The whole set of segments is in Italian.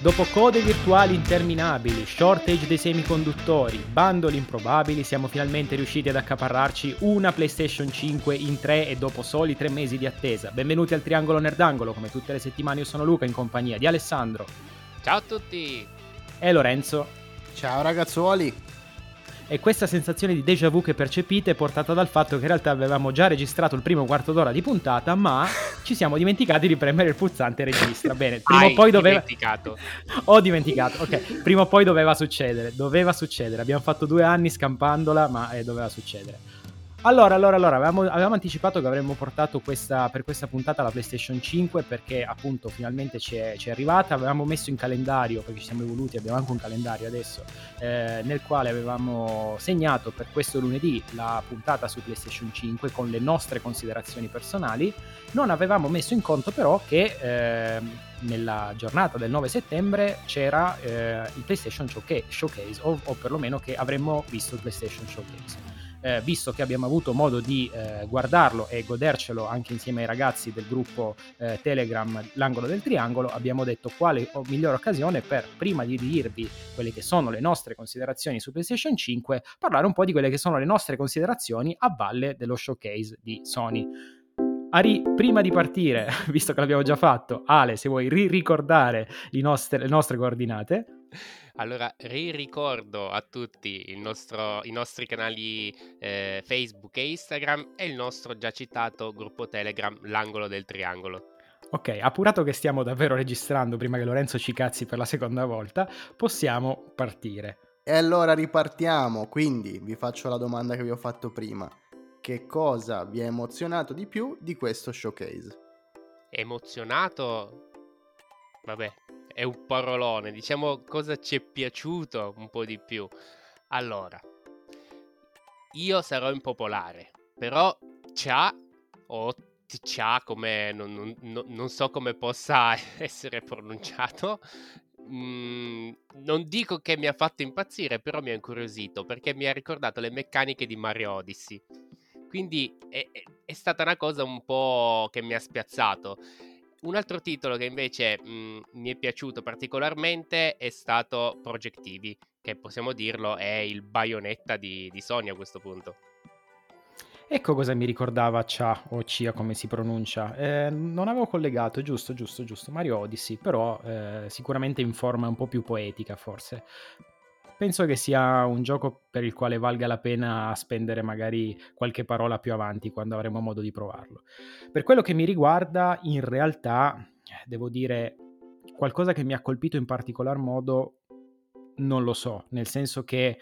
Dopo code virtuali interminabili, shortage dei semiconduttori, bandoli improbabili, siamo finalmente riusciti ad accaparrarci una PlayStation 5 in 3 e dopo soli 3 mesi di attesa. Benvenuti al Triangolo Nerdangolo, come tutte le settimane io sono Luca in compagnia di Alessandro. Ciao a tutti! E Lorenzo. Ciao ragazzuoli! E questa sensazione di déjà vu che percepite è portata dal fatto che in realtà avevamo già registrato il primo quarto d'ora di puntata, ma ci siamo dimenticati di premere il pulsante registra. Bene, prima o poi doveva... dimenticato. Ho dimenticato, ok. Prima o poi doveva succedere. Abbiamo fatto 2 anni scampandola, ma doveva succedere. Allora, avevamo anticipato che avremmo portato per questa puntata la PlayStation 5 perché appunto finalmente ci è arrivata. Avevamo messo in calendario, perché ci siamo evoluti, abbiamo anche un calendario adesso, nel quale avevamo segnato per questo lunedì la puntata su PlayStation 5 con le nostre considerazioni personali. Non avevamo messo in conto però che nella giornata del 9 settembre c'era il PlayStation Showcase o perlomeno che avremmo visto il PlayStation Showcase. Visto che abbiamo avuto modo di guardarlo e godercelo anche insieme ai ragazzi del gruppo Telegram L'Angolo del Triangolo, abbiamo detto quale migliore occasione per, prima di dirvi quelle che sono le nostre considerazioni su PlayStation 5, parlare un po' di quelle che sono le nostre considerazioni a valle dello showcase di Sony. Ari, prima di partire, visto che l'abbiamo già fatto, Ale, se vuoi ricordare le nostre coordinate. Allora, ricordo a tutti i nostri canali Facebook e Instagram e il nostro già citato gruppo Telegram L'Angolo del Triangolo. Ok, appurato che stiamo davvero registrando prima che Lorenzo ci cazzi per la seconda volta, possiamo partire. E allora ripartiamo, quindi vi faccio la domanda che vi ho fatto prima. Che cosa vi ha emozionato di più di questo showcase? Emozionato? Vabbè, è un parolone, diciamo cosa ci è piaciuto un po' di più. Allora, io sarò impopolare, però c'ha come non so come possa essere pronunciato. Non dico che mi ha fatto impazzire, però mi ha incuriosito perché mi ha ricordato le meccaniche di Mario Odyssey. Quindi è stata una cosa un po' che mi ha spiazzato. Un altro titolo che invece mi è piaciuto particolarmente è stato Project Eevee, che possiamo dirlo è il Bayonetta di Sony a questo punto. Ecco cosa mi ricordava Cia o Cia come si pronuncia. Non avevo collegato, giusto, Mario Odyssey, però sicuramente in forma un po' più poetica forse. Penso che sia un gioco per il quale valga la pena spendere magari qualche parola più avanti quando avremo modo di provarlo. Per quello che mi riguarda, in realtà, devo dire, qualcosa che mi ha colpito in particolar modo non lo so, nel senso che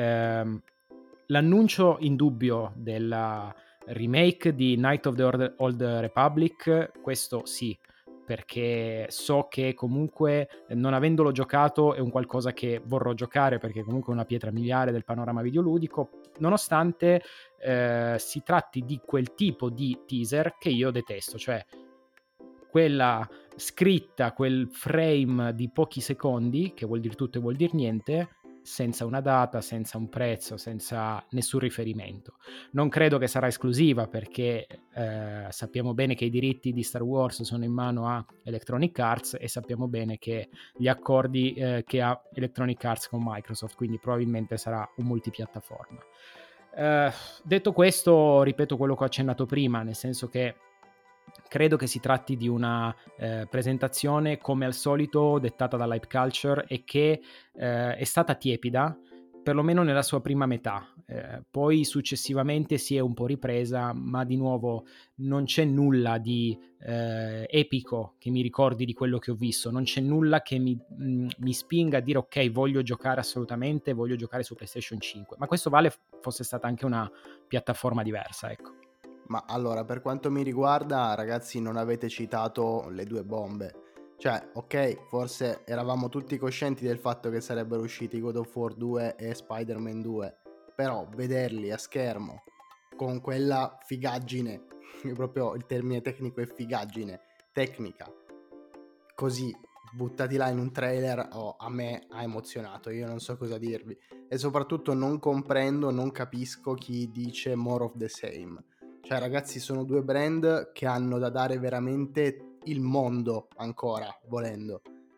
l'annuncio indubbio della remake di Knight of the Old Republic, questo sì, perché so che comunque non avendolo giocato è un qualcosa che vorrò giocare perché comunque è una pietra miliare del panorama videoludico, nonostante si tratti di quel tipo di teaser che io detesto, cioè quella scritta, quel frame di pochi secondi che vuol dire tutto e vuol dire niente, senza una data, senza un prezzo, senza nessun riferimento. Non credo che sarà esclusiva perché sappiamo bene che i diritti di Star Wars sono in mano a Electronic Arts e sappiamo bene che gli accordi che ha Electronic Arts con Microsoft, quindi probabilmente sarà un multipiattaforma. Detto questo, ripeto quello che ho accennato prima, nel senso che credo che si tratti di una presentazione come al solito dettata dall'hype culture e che è stata tiepida perlomeno nella sua prima metà, poi successivamente si è un po' ripresa, ma di nuovo non c'è nulla di epico che mi ricordi di quello che ho visto, non c'è nulla che mi spinga a dire ok, voglio giocare assolutamente, voglio giocare su PlayStation 5, ma questo vale fosse stata anche una piattaforma diversa, ecco. Ma allora, per quanto mi riguarda, ragazzi, non avete citato le due bombe. Cioè, ok, forse eravamo tutti coscienti del fatto che sarebbero usciti God of War 2 e Spider-Man 2, però vederli a schermo con quella figaggine, proprio il termine tecnico è figaggine, tecnica, così buttati là in un trailer, a me ha emozionato, io non so cosa dirvi. E soprattutto non comprendo, non capisco chi dice more of the same. Cioè ragazzi, sono due brand che hanno da dare veramente il mondo ancora, volendo.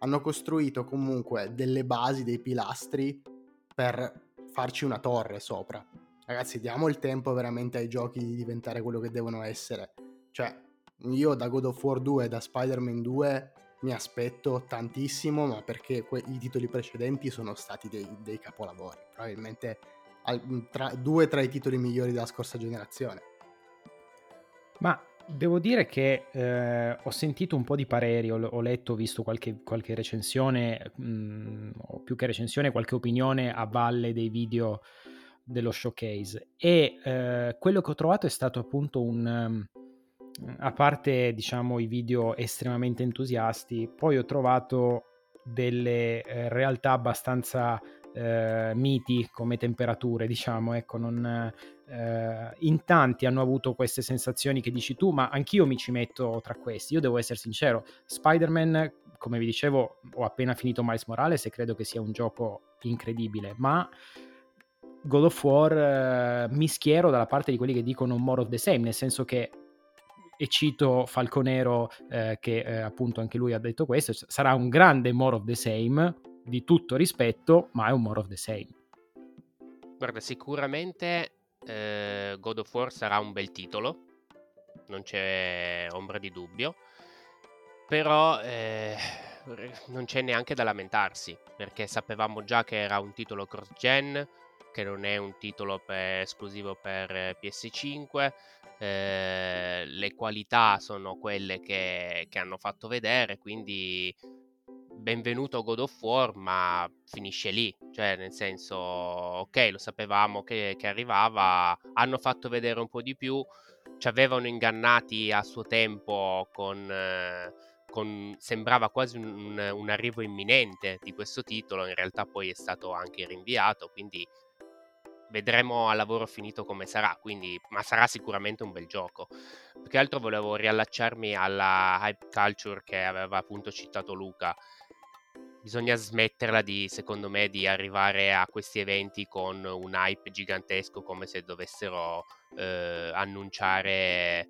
hanno costruito comunque delle basi, dei pilastri per farci una torre sopra. Ragazzi, diamo il tempo veramente ai giochi di diventare quello che devono essere. Cioè, io da God of War 2 e da Spider-Man 2 mi aspetto tantissimo, ma perché i titoli precedenti sono stati dei capolavori. Probabilmente due tra i titoli migliori della scorsa generazione. Ma devo dire che ho sentito un po' di pareri, ho letto, ho visto qualche recensione, o più che recensione, qualche opinione a valle dei video dello showcase, e quello che ho trovato è stato appunto a parte diciamo i video estremamente entusiasti, poi ho trovato delle realtà abbastanza miti come temperature, diciamo, ecco, non in tanti hanno avuto queste sensazioni che dici tu, ma anch'io mi ci metto tra questi. Io devo essere sincero, Spider-Man, come vi dicevo, ho appena finito Miles Morales e credo che sia un gioco incredibile, ma God of War mi schiero dalla parte di quelli che dicono more of the same, nel senso che, e cito Falconero che appunto anche lui ha detto questo, sarà un grande more of the same, di tutto rispetto, ma è un more of the same. Guarda, sicuramente God of War sarà un bel titolo, non c'è ombra di dubbio, però non c'è neanche da lamentarsi, perché sapevamo già che era un titolo cross-gen, che non è un titolo esclusivo per PS5, le qualità sono quelle che hanno fatto vedere, quindi benvenuto God of War, ma finisce lì, cioè nel senso, ok, lo sapevamo che arrivava, hanno fatto vedere un po' di più, ci avevano ingannati a suo tempo con sembrava quasi un arrivo imminente di questo titolo, in realtà poi è stato anche rinviato, quindi vedremo al lavoro finito come sarà, quindi, ma sarà sicuramente un bel gioco. Più che altro volevo riallacciarmi alla hype culture che aveva appunto citato Luca. Bisogna smetterla secondo me, di arrivare a questi eventi con un hype gigantesco come se dovessero annunciare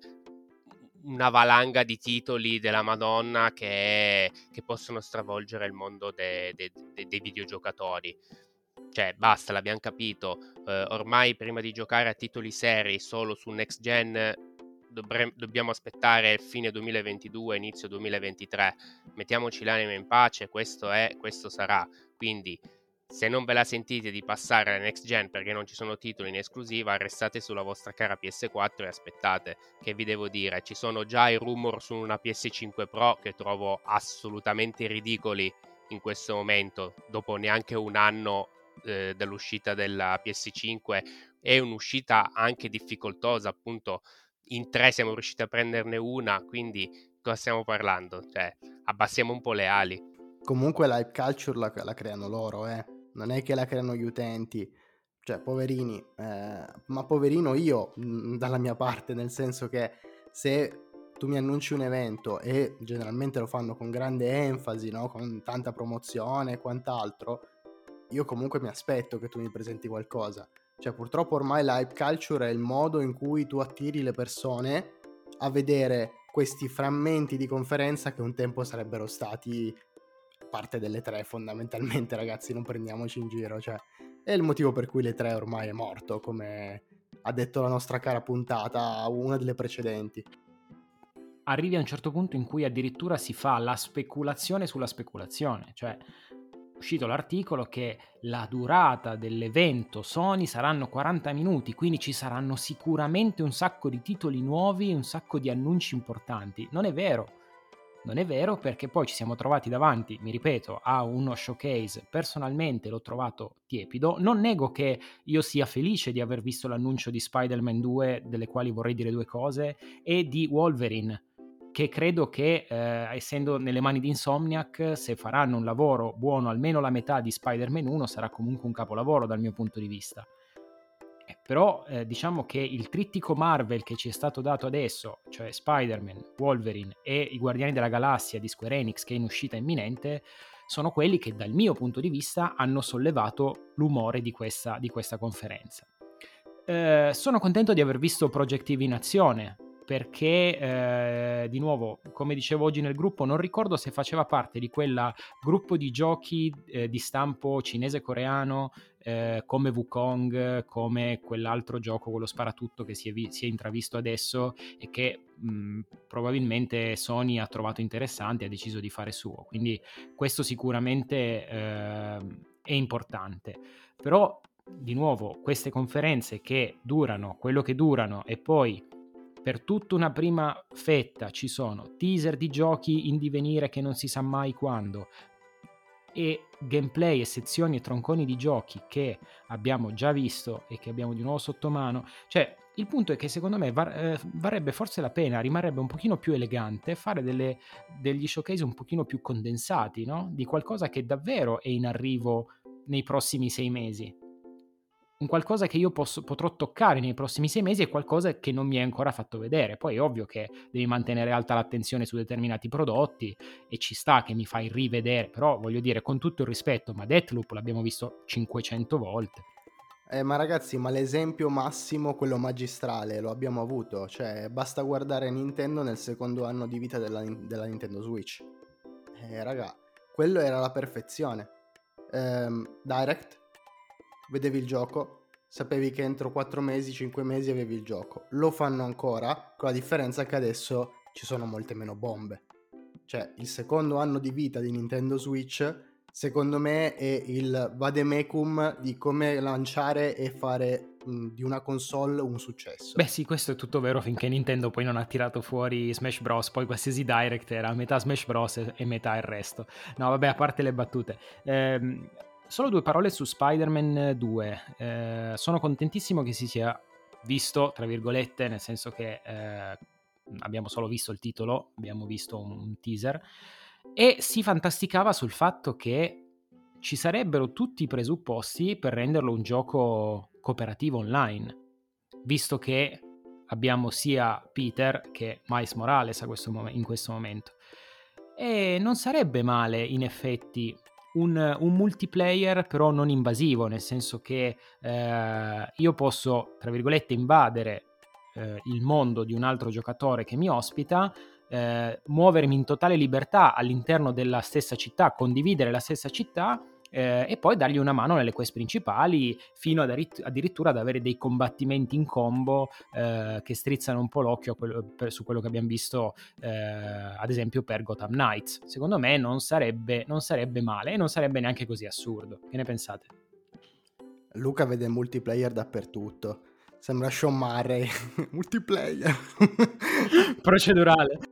una valanga di titoli della Madonna che possono stravolgere il mondo dei videogiocatori. Cioè, basta, l'abbiamo capito. Ormai prima di giocare a titoli seri solo su next gen dobbiamo aspettare fine 2022, inizio 2023. Mettiamoci l'anima in pace, questo sarà. Quindi, se non ve la sentite di passare alla next gen perché non ci sono titoli in esclusiva, restate sulla vostra cara PS4 e aspettate. Che vi devo dire? Ci sono già i rumor su una PS5 Pro che trovo assolutamente ridicoli in questo momento, dopo neanche un anno dall'uscita della PS5. È un'uscita anche difficoltosa, appunto in 3 siamo riusciti a prenderne una, quindi cosa stiamo parlando? Cioè, abbassiamo un po' le ali. Comunque l'hype culture la creano loro, non è che la creano gli utenti, cioè poverini, ma poverino io dalla mia parte, nel senso che se tu mi annunci un evento e generalmente lo fanno con grande enfasi, no? Con tanta promozione e quant'altro, io comunque mi aspetto che tu mi presenti qualcosa. Cioè purtroppo ormai la hype culture è il modo in cui tu attiri le persone a vedere questi frammenti di conferenza che un tempo sarebbero stati parte delle 3 fondamentalmente, ragazzi, non prendiamoci in giro, cioè è il motivo per cui le 3 ormai è morto, come ha detto la nostra cara puntata, una delle precedenti. Arrivi a un certo punto in cui addirittura si fa la speculazione sulla speculazione, cioè è uscito l'articolo che la durata dell'evento Sony saranno 40 minuti, quindi ci saranno sicuramente un sacco di titoli nuovi e un sacco di annunci importanti. Non è vero. Non è vero, perché poi ci siamo trovati davanti, mi ripeto, a uno showcase. Personalmente l'ho trovato tiepido. Non nego che io sia felice di aver visto l'annuncio di Spider-Man 2, delle quali vorrei dire due cose, e di Wolverine, che credo che, essendo nelle mani di Insomniac, se faranno un lavoro buono almeno la metà di Spider-Man 1, sarà comunque un capolavoro dal mio punto di vista. Però diciamo che il trittico Marvel che ci è stato dato adesso, cioè Spider-Man, Wolverine e i Guardiani della Galassia di Square Enix, che è in uscita imminente, sono quelli che dal mio punto di vista hanno sollevato l'umore di questa conferenza. Sono contento di aver visto Project Eve in azione. perché di nuovo, come dicevo oggi nel gruppo, non ricordo se faceva parte di quella gruppo di giochi di stampo cinese-coreano come Wukong, come quell'altro gioco, quello sparatutto che si è intravisto adesso e che probabilmente Sony ha trovato interessante e ha deciso di fare suo, quindi questo sicuramente è importante. Però di nuovo queste conferenze che durano quello che durano e poi per tutta una prima fetta ci sono teaser di giochi in divenire che non si sa mai quando e gameplay e sezioni e tronconi di giochi che abbiamo già visto e che abbiamo di nuovo sotto mano. Cioè, il punto è che secondo me varrebbe forse la pena, rimarrebbe un pochino più elegante fare degli showcase un pochino più condensati, no? Di qualcosa che davvero è in arrivo nei prossimi 6 mesi. Un qualcosa che io potrò toccare nei prossimi 6 mesi è qualcosa che non mi hai ancora fatto vedere. Poi è ovvio che devi mantenere alta l'attenzione su determinati prodotti e ci sta che mi fai rivedere, però voglio dire, con tutto il rispetto, ma Deathloop l'abbiamo visto 500 volte. Ma ragazzi, ma l'esempio massimo, quello magistrale, lo abbiamo avuto. Cioè, basta guardare Nintendo nel secondo anno di vita della Nintendo Switch. Raga, quello era la perfezione. Direct, vedevi il gioco, sapevi che entro 4 mesi, 5 mesi avevi il gioco. Lo fanno ancora, con la differenza che adesso ci sono molte meno bombe. Cioè, il secondo anno di vita di Nintendo Switch, secondo me, è il vademecum di come lanciare e fare di una console un successo. Beh sì, questo è tutto vero finché Nintendo poi non ha tirato fuori Smash Bros, poi qualsiasi Direct era metà Smash Bros e metà il resto. No vabbè, a parte le battute. Solo 2 parole su Spider-Man 2. Sono contentissimo che si sia visto, tra virgolette, nel senso che abbiamo solo visto il titolo, abbiamo visto un teaser, e si fantasticava sul fatto che ci sarebbero tutti i presupposti per renderlo un gioco cooperativo online, visto che abbiamo sia Peter che Miles Morales in questo momento. E non sarebbe male, in effetti, un multiplayer però non invasivo, nel senso che io posso, tra virgolette, invadere il mondo di un altro giocatore che mi ospita, muovermi in totale libertà all'interno della stessa città, condividere la stessa città e poi dargli una mano nelle quest principali, fino addirittura ad avere dei combattimenti in combo che strizzano un po' l'occhio su quello che abbiamo visto ad esempio per Gotham Knights. Secondo me non sarebbe male e non sarebbe neanche così assurdo. Che ne pensate? Luca vede multiplayer dappertutto. Sembra Sean Murray. Multiplayer. Procedurale.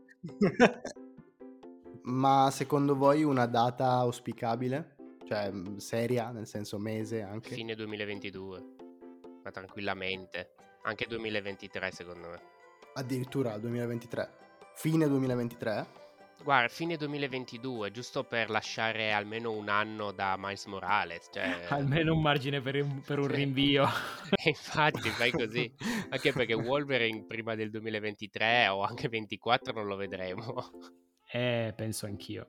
Ma secondo voi una data auspicabile? Cioè seria, nel senso mese anche? Fine 2022. Ma tranquillamente. Anche 2023 secondo me. Addirittura 2023. Fine 2023? Guarda, fine 2022, giusto per lasciare almeno un anno da Miles Morales. Cioè... Almeno un margine per un rinvio. E infatti fai così. Anche perché Wolverine prima del 2023 o anche 24 non lo vedremo. Penso anch'io.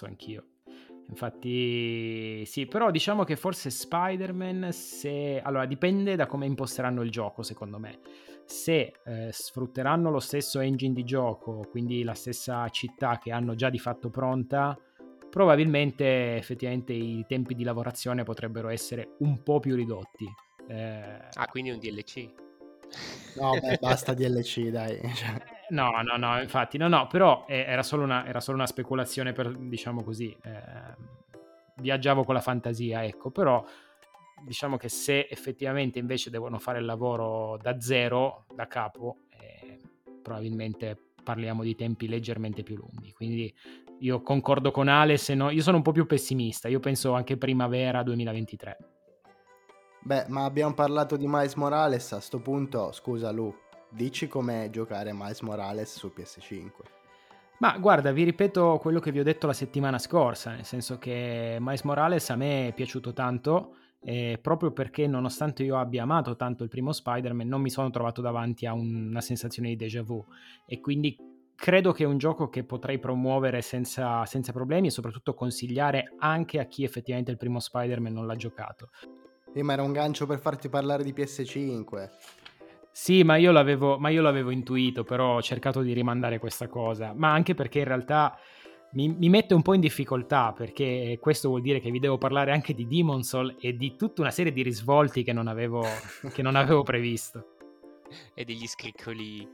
Infatti sì, però diciamo che forse Spider-Man, allora dipende da come imposteranno il gioco, secondo me. Se sfrutteranno lo stesso engine di gioco, quindi la stessa città che hanno già di fatto pronta, probabilmente effettivamente i tempi di lavorazione potrebbero essere un po' più ridotti. Quindi un DLC? No, beh, basta DLC, dai. No, infatti, no, però era solo una speculazione, per, diciamo così, viaggiavo con la fantasia, ecco, però diciamo che se effettivamente invece devono fare il lavoro da zero, da capo, probabilmente parliamo di tempi leggermente più lunghi, quindi io concordo con Ale, se no, io sono un po' più pessimista, io penso anche primavera 2023. Beh, ma abbiamo parlato di Miles Morales, a sto punto, scusa Lu, dici com'è giocare Miles Morales su PS5? Ma guarda, vi ripeto quello che vi ho detto la settimana scorsa, nel senso che Miles Morales a me è piaciuto tanto, proprio perché nonostante io abbia amato tanto il primo Spider-Man, non mi sono trovato davanti a una sensazione di déjà vu, e quindi credo che è un gioco che potrei promuovere senza problemi e soprattutto consigliare anche a chi effettivamente il primo Spider-Man non l'ha giocato. Ma era un gancio per farti parlare di PS5. Sì, ma io l'avevo intuito, però ho cercato di rimandare questa cosa, ma anche perché in realtà mi mette un po' in difficoltà, perché questo vuol dire che vi devo parlare anche di Demon's Souls e di tutta una serie di risvolti che non avevo previsto. E degli scricchioli.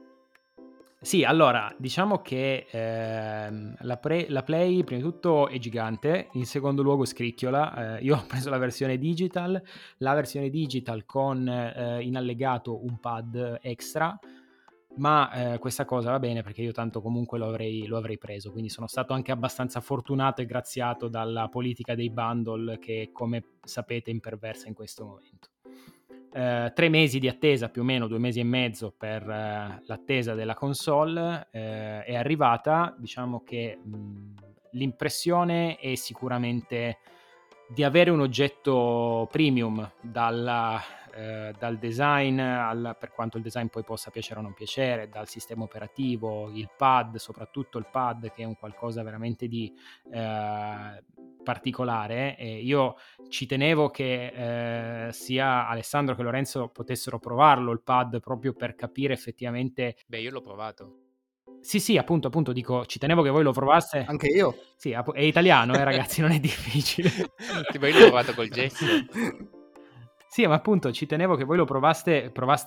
Sì, allora, diciamo che la Play, prima di tutto, è gigante, in secondo luogo scricchiola. Io ho preso la versione digital con in allegato un pad extra, ma questa cosa va bene perché io tanto comunque lo avrei preso, quindi sono stato anche abbastanza fortunato e graziato dalla politica dei bundle che, come sapete, è imperversa in questo momento. 3 mesi di attesa, più o meno 2 mesi e mezzo per l'attesa della console, è arrivata. Diciamo che l'impressione è sicuramente di avere un oggetto premium dal design, per quanto il design poi possa piacere o non piacere, dal sistema operativo, il pad, soprattutto il pad, che è un qualcosa veramente di particolare. Io ci tenevo che sia Alessandro che Lorenzo potessero provarlo il pad, proprio per capire effettivamente. Beh, io l'ho provato. Sì, appunto dico, ci tenevo che voi lo provaste. Anche io. Sì, è italiano, ragazzi, non è difficile. Tipo, io l'ho provato col gesso. Sì, ma appunto ci tenevo che voi lo provaste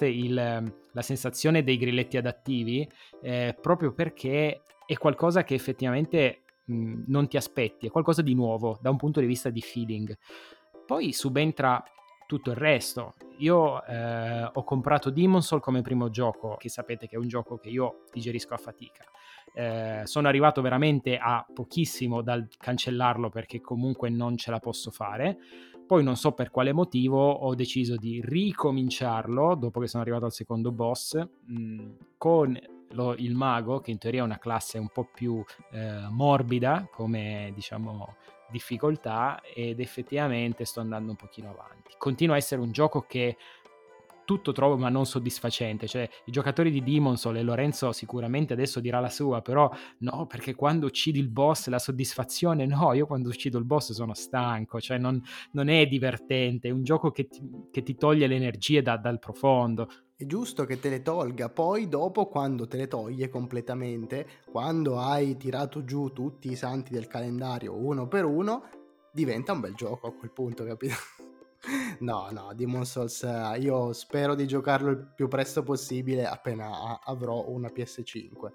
la sensazione dei grilletti adattivi, proprio perché è qualcosa che effettivamente non ti aspetti, è qualcosa di nuovo da un punto di vista di feeling. Poi subentra tutto il resto. Io ho comprato Demon's Souls come primo gioco, che sapete che è un gioco che io digerisco a fatica. Sono arrivato veramente a pochissimo dal cancellarlo perché comunque non ce la posso fare. Poi non so per quale motivo ho deciso di ricominciarlo dopo che sono arrivato al secondo boss con il mago, che in teoria è una classe un po' più morbida come, diciamo, difficoltà, ed effettivamente sto andando un pochino avanti. Continua a essere un gioco che tutto trovo ma non soddisfacente. Cioè, i giocatori di Demon's Souls, e Lorenzo sicuramente adesso dirà la sua, però no, perché quando uccidi il boss la soddisfazione, no, io quando uccido il boss sono stanco, cioè non è divertente, è un gioco che ti toglie le energie dal profondo. È giusto che te le tolga, poi dopo, quando te le toglie completamente, quando hai tirato giù tutti i santi del calendario uno per uno, diventa un bel gioco a quel punto, capito? No, Demon's Souls, io spero di giocarlo il più presto possibile appena avrò una PS5.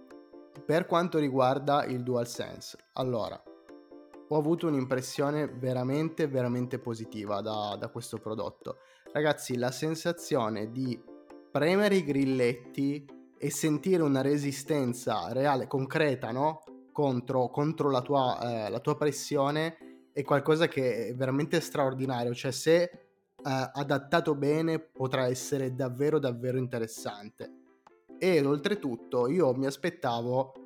Per quanto riguarda il DualSense, allora, ho avuto un'impressione veramente, veramente positiva da questo prodotto. Ragazzi, la sensazione di premere i grilletti e sentire una resistenza reale, concreta, no? Contro la tua pressione è qualcosa che è veramente straordinario. Cioè, se adattato bene, potrà essere davvero, davvero interessante. E oltretutto, io mi aspettavo,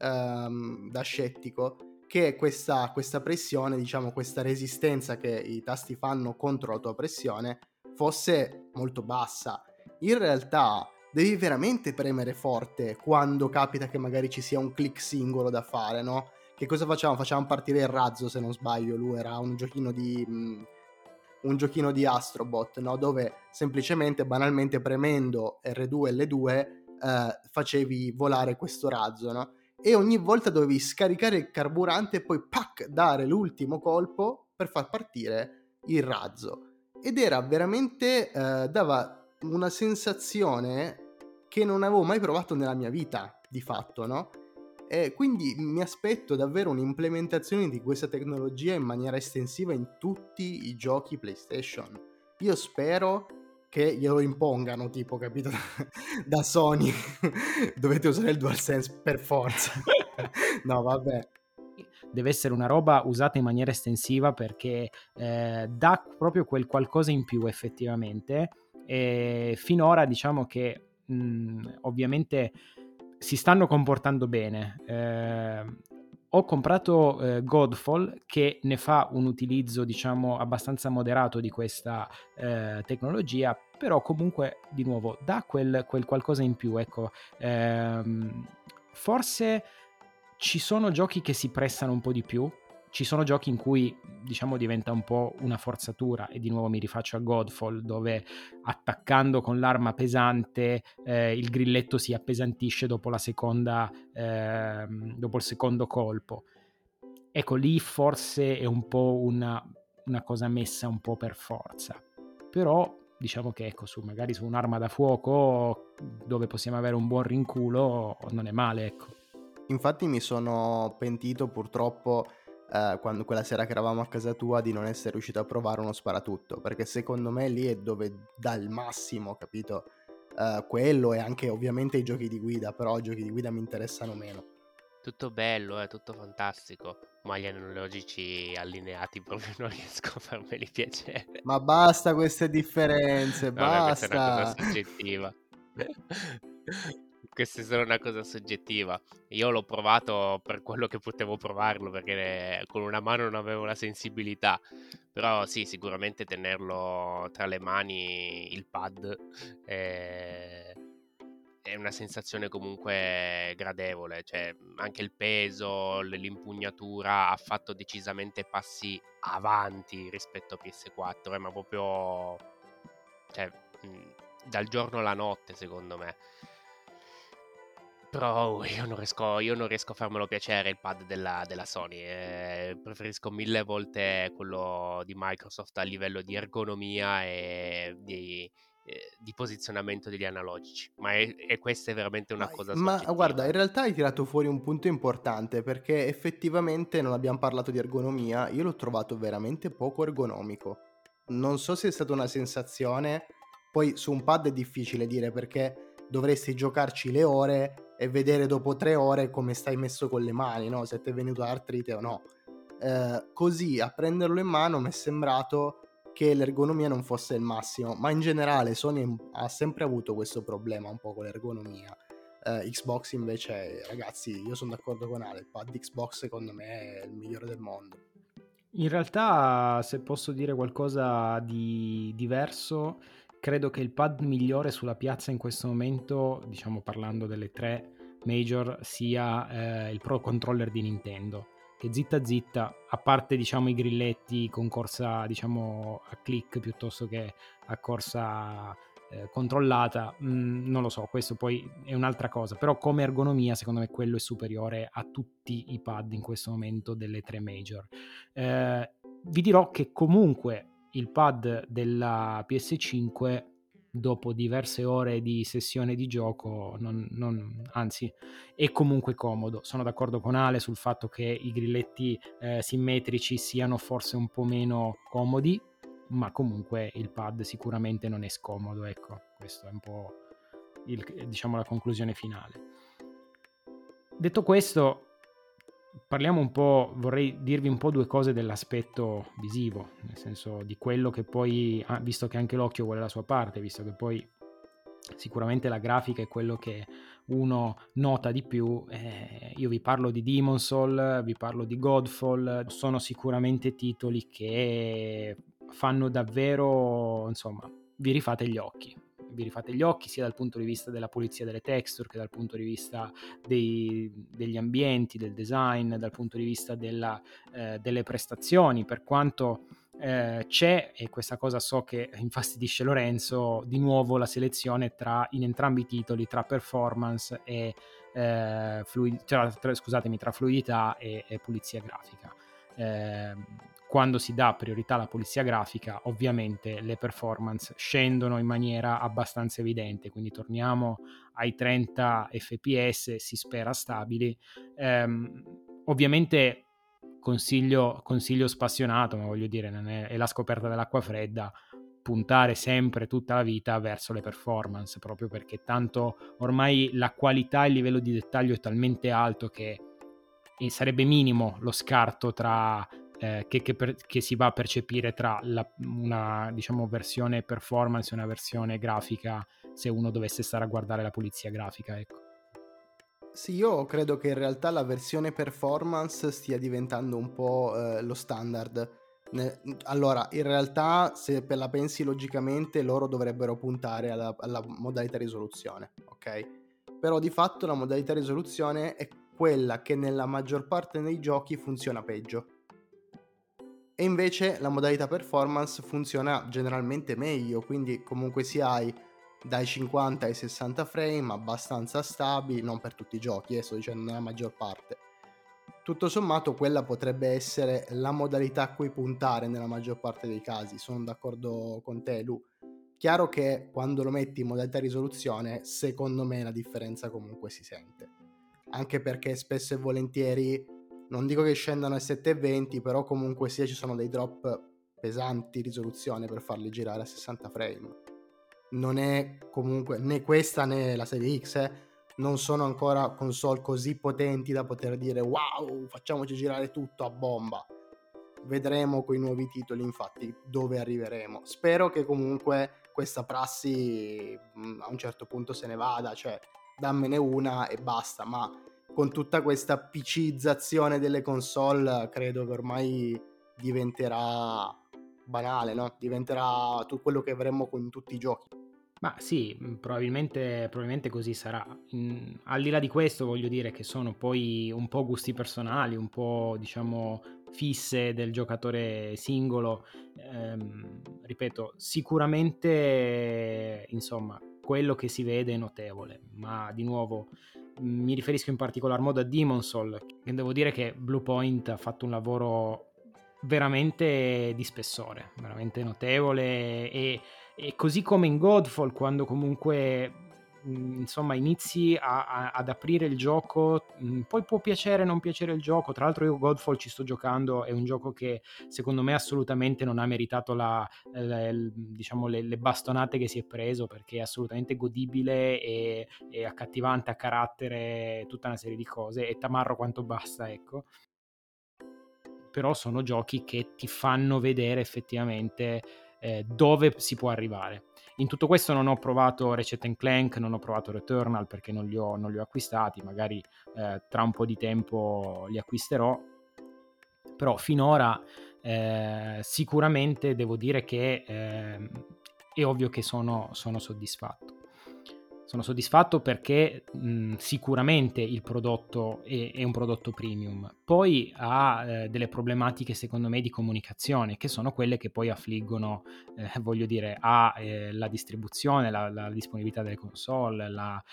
da scettico, che questa pressione, diciamo, questa resistenza che i tasti fanno contro la tua pressione fosse molto bassa. In realtà devi veramente premere forte quando capita che magari ci sia un click singolo da fare, no? Che cosa facciamo? Facciamo partire il razzo, se non sbaglio, lui era un giochino di Astrobot, no? Dove semplicemente, banalmente, premendo R2 e L2 facevi volare questo razzo, no? E ogni volta dovevi scaricare il carburante e poi dare l'ultimo colpo per far partire il razzo. Ed era veramente, dava una sensazione che non avevo mai provato nella mia vita, di fatto, no? E quindi mi aspetto davvero un'implementazione di questa tecnologia in maniera estensiva in tutti i giochi PlayStation. Io spero che glielo impongano, tipo, capito, da Sony. Dovete usare il DualSense per forza. No, vabbè. Deve essere una roba usata in maniera estensiva, perché dà proprio quel qualcosa in più effettivamente. E finora diciamo che ovviamente si stanno comportando bene. Ho comprato Godfall, che ne fa un utilizzo, diciamo, abbastanza moderato di questa tecnologia, però comunque di nuovo dà quel qualcosa in più, ecco. Forse ci sono giochi che si prestano un po' di più. ci sono giochi in cui, diciamo, diventa un po' una forzatura, e di nuovo mi rifaccio a Godfall, dove attaccando con l'arma pesante il grilletto si appesantisce dopo la seconda dopo il secondo colpo. Ecco, lì forse è un po' una cosa messa un po' per forza, però diciamo che ecco, magari su un'arma da fuoco dove possiamo avere un buon rinculo non è male, ecco. Infatti mi sono pentito purtroppo quando quella sera che eravamo a casa tua di non essere riuscito a provare uno sparatutto, perché secondo me lì è dove dà il massimo, capito? Quello e anche ovviamente i giochi di guida, però i giochi di guida mi interessano meno. Tutto bello, è tutto fantastico, ma gli analogici allineati proprio non riesco a farmeli piacere. Ma basta queste differenze, Vabbè, questa è una cosa basta! soggettiva. Questa è solo una cosa soggettiva. Io l'ho provato per quello che potevo provarlo, perché con una mano non avevo la sensibilità. Però sì, sicuramente tenerlo tra le mani, il pad, è una sensazione comunque gradevole. Cioè, anche il peso, l'impugnatura ha fatto decisamente passi avanti rispetto a PS4, ma proprio, cioè, dal giorno alla notte, secondo me. Però io non riesco a farmelo piacere il pad della Sony. Preferisco 1000 volte quello di Microsoft a livello di ergonomia e di posizionamento degli analogici. Ma questa è veramente una cosa Ma guarda, soggettiva. in realtà hai tirato fuori un punto importante, perché effettivamente non abbiamo parlato di ergonomia, io l'ho trovato veramente poco ergonomico. Non so se è stata una sensazione, poi su un pad è difficile dire perché dovresti giocarci le ore e vedere dopo 3 ore come stai messo con le mani, no? Se ti è venuta artrite o no. Così a prenderlo in mano mi è sembrato che l'ergonomia non fosse il massimo, ma in generale Sony ha sempre avuto questo problema un po' con l'ergonomia. Xbox invece, ragazzi, io sono d'accordo con Ale, il pad Xbox secondo me è il migliore del mondo. In realtà, se posso dire qualcosa di diverso, credo che il pad migliore sulla piazza in questo momento, diciamo parlando delle 3 major, sia il Pro Controller di Nintendo, che zitta zitta, a parte diciamo i grilletti con corsa diciamo a click piuttosto che a corsa controllata, non lo so, questo poi è un'altra cosa, però come ergonomia secondo me quello è superiore a tutti i pad in questo momento delle 3 major. Vi dirò che comunque il pad della PS5 dopo diverse ore di sessione di gioco anzi è comunque comodo. Sono d'accordo con Ale sul fatto che i grilletti simmetrici siano forse un po' meno comodi, ma comunque il pad sicuramente non è scomodo, ecco, questo è un po' diciamo la conclusione finale. Detto questo, parliamo un po', vorrei dirvi un po' 2 cose dell'aspetto visivo, nel senso di quello che poi, visto che anche l'occhio vuole la sua parte, visto che poi sicuramente la grafica è quello che uno nota di più, io vi parlo di Demon's Souls, vi parlo di Godfall, sono sicuramente titoli che fanno davvero, insomma, vi rifate gli occhi sia dal punto di vista della pulizia delle texture che dal punto di vista degli ambienti, del design, dal punto di vista delle prestazioni, per quanto c'è, e questa cosa so che infastidisce Lorenzo, di nuovo la selezione in entrambi i titoli tra performance e tra fluidità e pulizia grafica. Quando si dà priorità alla pulizia grafica, ovviamente le performance scendono in maniera abbastanza evidente, quindi torniamo ai 30 fps, si spera stabili. Ovviamente consiglio spassionato, ma voglio dire, non è la scoperta dell'acqua fredda, puntare sempre tutta la vita verso le performance, proprio perché tanto ormai la qualità e il livello di dettaglio è talmente alto che sarebbe minimo lo scarto tra che si va a percepire tra una diciamo versione performance e una versione grafica, se uno dovesse stare a guardare la pulizia grafica, ecco. Sì, io credo che in realtà la versione performance stia diventando un po' lo standard. Allora, in realtà, se la pensi logicamente, loro dovrebbero puntare alla modalità risoluzione, ok? Però di fatto la modalità risoluzione è quella che nella maggior parte dei giochi funziona peggio. E invece la modalità performance funziona generalmente meglio, quindi comunque sia hai dai 50 ai 60 frame abbastanza stabili, non per tutti i giochi, sto dicendo nella maggior parte. Tutto sommato quella potrebbe essere la modalità a cui puntare nella maggior parte dei casi, sono d'accordo con te, Lu. Chiaro che quando lo metti in modalità risoluzione, secondo me la differenza comunque si sente. Anche perché spesso e volentieri, non dico che scendano a 720, però comunque sia ci sono dei drop pesanti risoluzione per farli girare a 60 frame. Non è comunque né questa né la serie X, non sono ancora console così potenti da poter dire wow, facciamoci girare tutto a bomba. Vedremo con i nuovi titoli infatti dove arriveremo. Spero che comunque questa prassi a un certo punto se ne vada, cioè dammene una e basta, ma con tutta questa PCizzazione delle console credo che ormai diventerà banale, no? Diventerà tutto quello che avremmo con tutti i giochi. Ma sì, probabilmente così sarà. Al di là di questo voglio dire che sono poi un po' gusti personali, un po' diciamo fisse del giocatore singolo. Ripeto, sicuramente insomma quello che si vede è notevole, ma di nuovo mi riferisco in particolar modo a Demon's Souls, che devo dire che Bluepoint ha fatto un lavoro veramente di spessore, veramente notevole, e così come in Godfall, quando comunque insomma inizi ad aprire il gioco, poi può piacere o non piacere il gioco. Tra l'altro io Godfall ci sto giocando, è un gioco che secondo me assolutamente non ha meritato diciamo le bastonate che si è preso, perché è assolutamente godibile e accattivante a carattere, tutta una serie di cose, e tamarro quanto basta, ecco. Però sono giochi che ti fanno vedere effettivamente dove si può arrivare. In tutto questo non ho provato Ratchet & Clank, non ho provato Returnal perché non li ho acquistati, magari tra un po' di tempo li acquisterò, però finora sicuramente devo dire che è ovvio che sono soddisfatto. Sono soddisfatto perché sicuramente il prodotto è un prodotto premium. Poi ha delle problematiche secondo me di comunicazione, che sono quelle che poi affliggono, voglio dire, la distribuzione, la disponibilità delle console,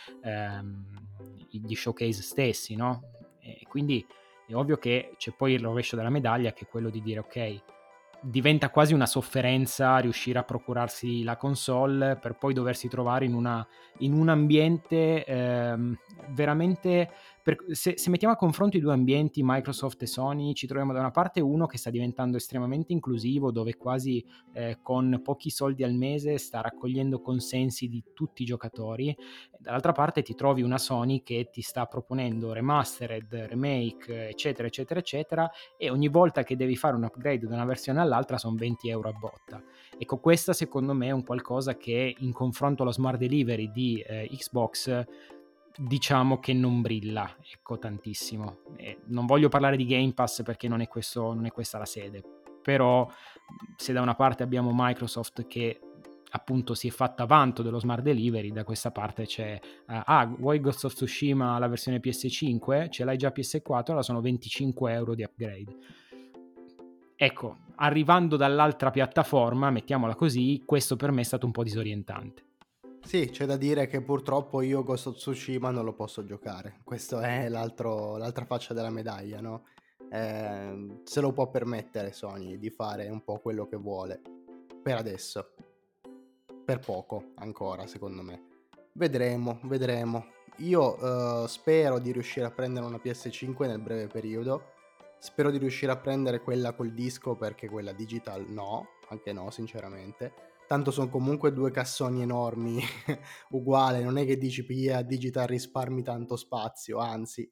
gli showcase stessi, no? E quindi è ovvio che c'è poi il rovescio della medaglia, che è quello di dire ok, diventa quasi una sofferenza riuscire a procurarsi la console per poi doversi trovare in un ambiente veramente se mettiamo a confronto i due ambienti, Microsoft e Sony, ci troviamo da una parte uno che sta diventando estremamente inclusivo, dove quasi con pochi soldi al mese sta raccogliendo consensi di tutti i giocatori, e dall'altra parte ti trovi una Sony che ti sta proponendo remastered, remake, eccetera eccetera eccetera, e ogni volta che devi fare un upgrade da una versione all'altra sono 20 euro a botta. Ecco, questa secondo me è un qualcosa che in confronto allo smart delivery di Xbox diciamo che non brilla, ecco, tantissimo. Non voglio parlare di Game Pass perché non è questa la sede, però se da una parte abbiamo Microsoft che appunto si è fatta vanto dello smart delivery, da questa parte c'è vuoi Ghost of Tsushima la versione PS5? Ce l'hai già PS4? Allora sono 25 euro di upgrade. Ecco, arrivando dall'altra piattaforma, mettiamola così, questo per me è stato un po' disorientante. Sì, c'è da dire che purtroppo io Ghost of Tsushima non lo posso giocare. Questo è l'altra faccia della medaglia, no? Se lo può permettere Sony di fare un po' quello che vuole. Per adesso. Per poco ancora, secondo me. Vedremo. Io spero di riuscire a prendere una PS5 nel breve periodo. Spero di riuscire a prendere quella col disco, perché quella digital no, anche no, sinceramente. Tanto sono comunque due cassoni enormi, uguale, non è che dici digital risparmi tanto spazio, anzi.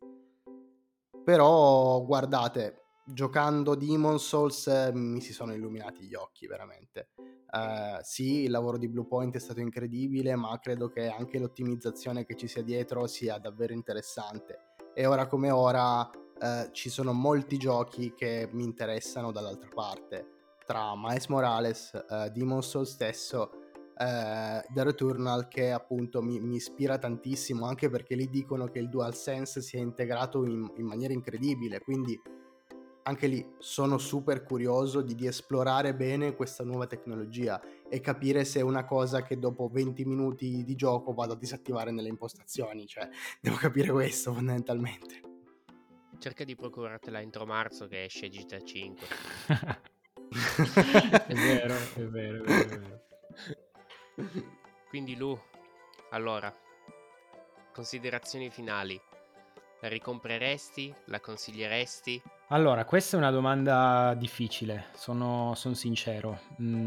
Però guardate, giocando Demon's Souls mi si sono illuminati gli occhi, veramente. Sì, il lavoro di Bluepoint è stato incredibile, ma credo che anche l'ottimizzazione che ci sia dietro sia davvero interessante. E ora come ora ci sono molti giochi che mi interessano dall'altra parte, tra Miles Morales, Demon's Souls stesso, The Returnal, che appunto mi ispira tantissimo, anche perché lì dicono che il DualSense si è integrato in maniera incredibile, quindi anche lì sono super curioso di esplorare bene questa nuova tecnologia e capire se è una cosa che dopo 20 minuti di gioco vado a disattivare nelle impostazioni, cioè devo capire questo fondamentalmente. Cerca di procurartela entro marzo che esce GTA 5. È vero, è vero, è vero, è vero. Quindi Lu, allora, considerazioni finali. La ricompreresti? La consiglieresti? Allora, questa è una domanda difficile, sono sincero,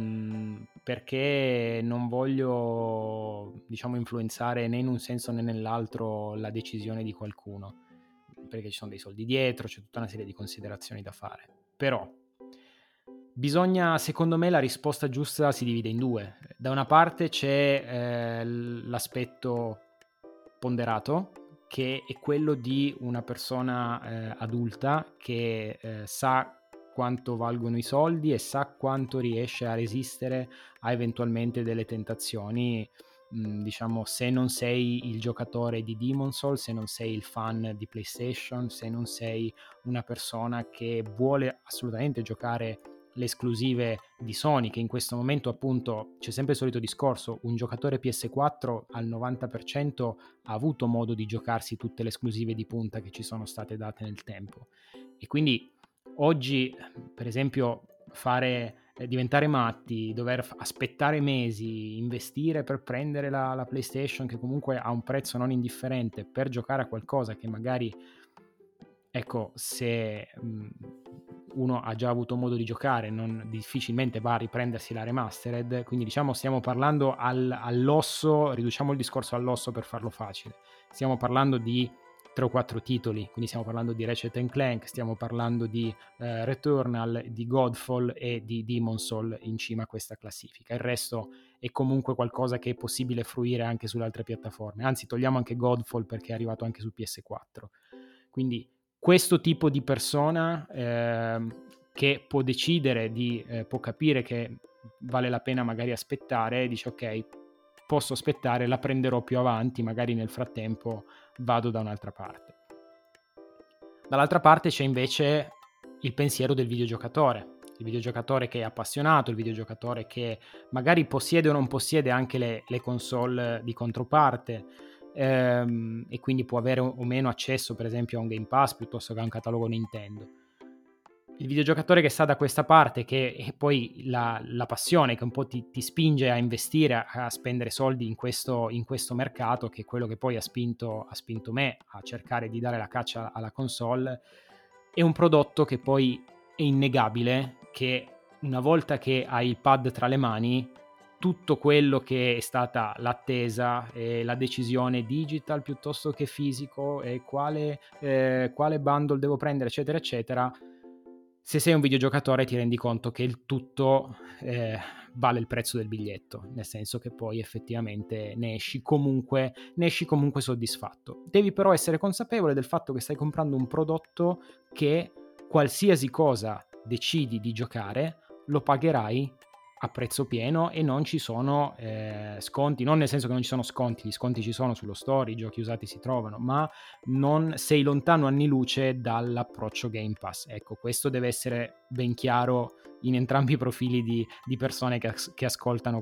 perché non voglio, diciamo, influenzare né in un senso né nell'altro la decisione di qualcuno, perché ci sono dei soldi dietro, c'è tutta una serie di considerazioni da fare. Però bisogna, secondo me, la risposta giusta si divide in due. Da una parte c'è l'aspetto ponderato, che è quello di una persona adulta che sa quanto valgono i soldi e sa quanto riesce a resistere a eventualmente delle tentazioni. Diciamo, se non sei il giocatore di Demon's Souls, se non sei il fan di PlayStation, se non sei una persona che vuole assolutamente giocare le esclusive di Sony, che in questo momento appunto c'è sempre il solito discorso, un giocatore PS4 al 90% ha avuto modo di giocarsi tutte le esclusive di punta che ci sono state date nel tempo, e quindi oggi per esempio diventare matti, dover aspettare mesi, investire per prendere la PlayStation, che comunque ha un prezzo non indifferente, per giocare a qualcosa che magari, ecco, se uno ha già avuto modo di giocare, difficilmente va a riprendersi la remastered. Quindi diciamo stiamo parlando all'osso, riduciamo il discorso all'osso per farlo facile, stiamo parlando di 3 o 4 titoli, quindi stiamo parlando di Ratchet & Clank, stiamo parlando di Returnal, di Godfall e di Demon's Souls in cima a questa classifica. Il resto è comunque qualcosa che è possibile fruire anche sulle altre piattaforme, anzi togliamo anche Godfall perché è arrivato anche su PS4. Quindi questo tipo di persona che può decidere può capire che vale la pena magari aspettare, dice ok, posso aspettare, la prenderò più avanti, magari nel frattempo vado da un'altra parte. Dall'altra parte c'è invece il pensiero del videogiocatore, il videogiocatore che è appassionato, il videogiocatore che magari possiede o non possiede anche le console di controparte, e quindi può avere o meno accesso per esempio a un Game Pass piuttosto che a un catalogo Nintendo. Il videogiocatore che sta da questa parte, che è poi la passione che un po' ti spinge a investire, a spendere soldi in questo mercato, che è quello che poi ha spinto me a cercare di dare la caccia alla console, è un prodotto che poi è innegabile che una volta che hai il pad tra le mani, tutto quello che è stata l'attesa e la decisione digital piuttosto che fisico e quale bundle devo prendere eccetera eccetera, se sei un videogiocatore ti rendi conto che il tutto vale il prezzo del biglietto, nel senso che poi effettivamente ne esci comunque soddisfatto. Devi però essere consapevole del fatto che stai comprando un prodotto che qualsiasi cosa decidi di giocare lo pagherai a prezzo pieno e non ci sono sconti, non nel senso che non ci sono sconti, gli sconti ci sono sullo store, i giochi usati si trovano, ma non sei lontano anni luce dall'approccio Game Pass. Ecco, questo deve essere ben chiaro in entrambi i profili di persone che ascoltano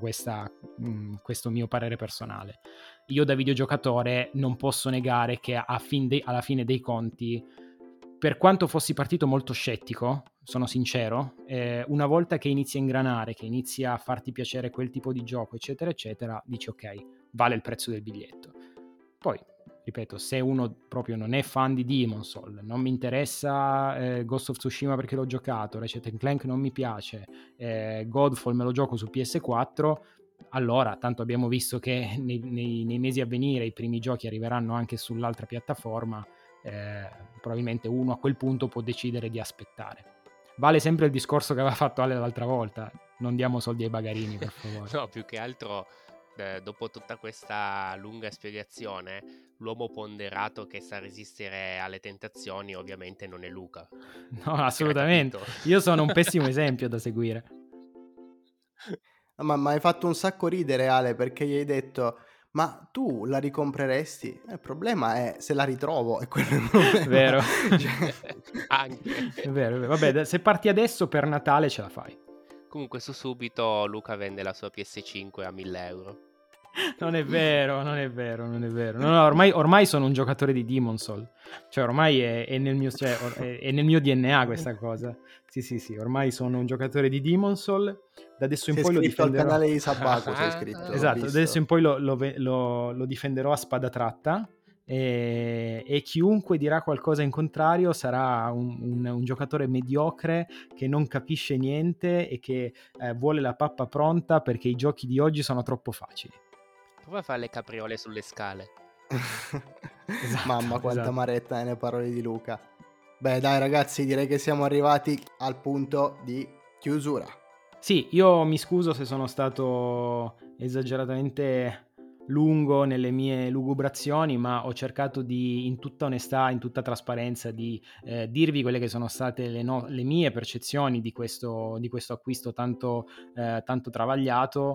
questo mio parere personale. Io da videogiocatore non posso negare che alla fine dei conti, per quanto fossi partito molto scettico, sono sincero, una volta che inizi a ingranare, che inizi a farti piacere quel tipo di gioco, eccetera, eccetera, dici ok, vale il prezzo del biglietto. Poi, ripeto, se uno proprio non è fan di Demon's Souls, non mi interessa Ghost of Tsushima perché l'ho giocato, Ratchet & Clank non mi piace, Godfall me lo gioco su PS4, allora, tanto abbiamo visto che nei mesi a venire i primi giochi arriveranno anche sull'altra piattaforma, probabilmente uno a quel punto può decidere di aspettare. Vale sempre il discorso che aveva fatto Ale l'altra volta, non diamo soldi ai bagarini, per favore. No, più che altro, dopo tutta questa lunga spiegazione, l'uomo ponderato che sa resistere alle tentazioni ovviamente non è Luca. No, assolutamente. Io sono un pessimo esempio da seguire. Ma hai fatto un sacco ridere, Ale, perché gli hai detto ma tu la ricompreresti? Il problema è se la ritrovo, è quello il problema. Vero. Cioè, Anche. È vero, è vero. Vabbè, se parti adesso per Natale ce la fai. Comunque su Subito Luca vende la sua PS5 a 1.000 euro. Non è vero, non è vero, non è vero. No, ormai sono un giocatore di Demon's Souls. Cioè, ormai è nel mio, è nel mio DNA questa cosa. Sì, ormai sono un giocatore di Demon's Souls. Da adesso in sei poi lo iscritto al difenderò. canale di Sabaco, sei iscritto, l'ho Esatto, da visto. adesso in poi lo difenderò a spada tratta. E chiunque dirà qualcosa in contrario sarà un giocatore mediocre che non capisce niente e che vuole la pappa pronta perché i giochi di oggi sono troppo facili. Prova a fare le capriole sulle scale. Esatto, Mamma, quanta esatto. maretta nelle parole di Luca. Beh, dai ragazzi, direi che siamo arrivati al punto di chiusura. Sì, io mi scuso se sono stato esageratamente lungo nelle mie lugubrazioni, ma ho cercato di, in tutta onestà, in tutta trasparenza, di dirvi quelle che sono state le mie percezioni di questo acquisto tanto travagliato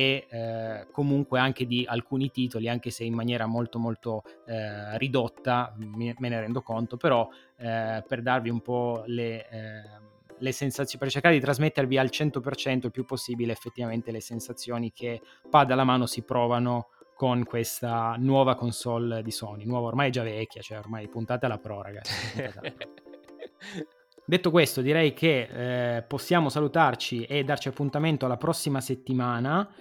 e comunque anche di alcuni titoli, anche se in maniera molto molto ridotta, me ne rendo conto, però per darvi un po' le sensazioni, per cercare di trasmettervi al 100% il più possibile effettivamente le sensazioni che pad alla mano si provano con questa nuova console di Sony. Nuova, ormai è già vecchia, cioè ormai puntate alla Pro, ragazzi. Puntate alla Pro. Detto questo, direi che possiamo salutarci e darci appuntamento alla prossima settimana.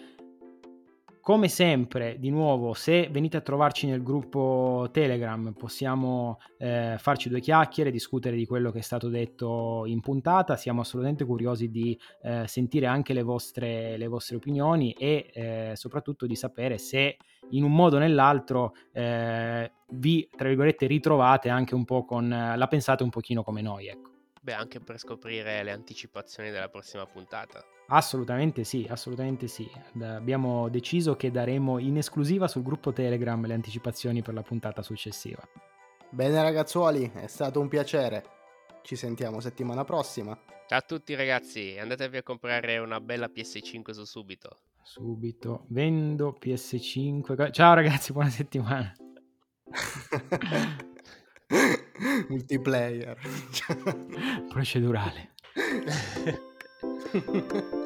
Come sempre, di nuovo, se venite a trovarci nel gruppo Telegram, possiamo farci due chiacchiere, discutere di quello che è stato detto in puntata. Siamo assolutamente curiosi di sentire anche le vostre opinioni e soprattutto di sapere se in un modo o nell'altro vi, tra virgolette, ritrovate anche un po' la pensate un pochino come noi, ecco. Beh, anche per scoprire le anticipazioni della prossima puntata. Assolutamente sì, assolutamente sì. Abbiamo deciso che daremo in esclusiva sul gruppo Telegram le anticipazioni per la puntata successiva. Bene ragazzuoli, è stato un piacere. Ci sentiamo settimana prossima. Ciao a tutti ragazzi, andatevi a comprare una bella PS5 su Subito. Subito, vendo PS5. Ciao ragazzi, buona settimana. Multiplayer. Procedurale.